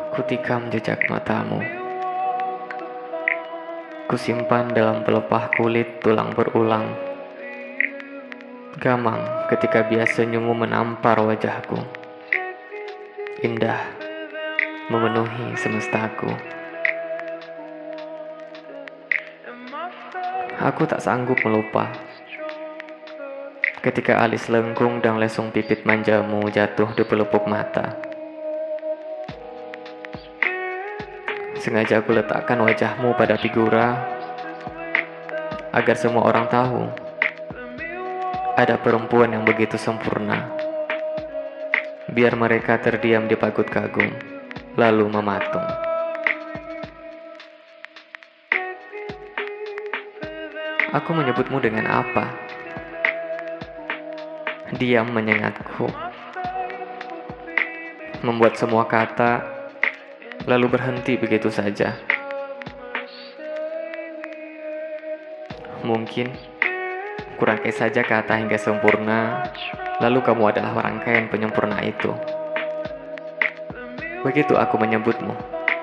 Kutikam jejak matamu. Kusimpan dalam pelepah kulit tulang berulang. Gamang ketika biasa senyummu menampar wajahku. Indah memenuhi semestaku. Aku tak sanggup melupa ketika alis lengkung dan lesung pipit manjamu jatuh di pelupuk mata. Sengaja aku letakkan wajahmu pada figura agar semua orang tahu ada perempuan yang begitu sempurna. Biar mereka terdiam di pagut kagum, lalu mematung. Aku menyebutmu dengan apa? Diam menyengatku, membuat semua kata lalu berhenti begitu saja. Mungkin kurangkai saja kata hingga sempurna, lalu kamu adalah rangkaian penyempurna itu. Begitu aku menyebutmu.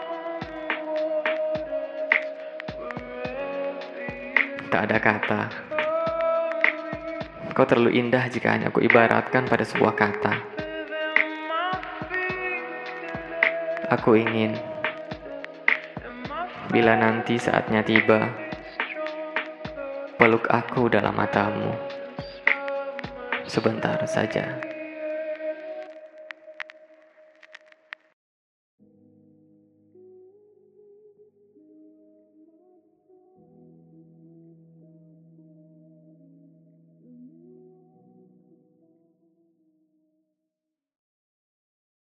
Tak ada kata. Kau terlalu indah jika hanya aku ibaratkan pada sebuah kata. Aku ingin, bila nanti saatnya tiba, peluk aku dalam matamu, sebentar saja.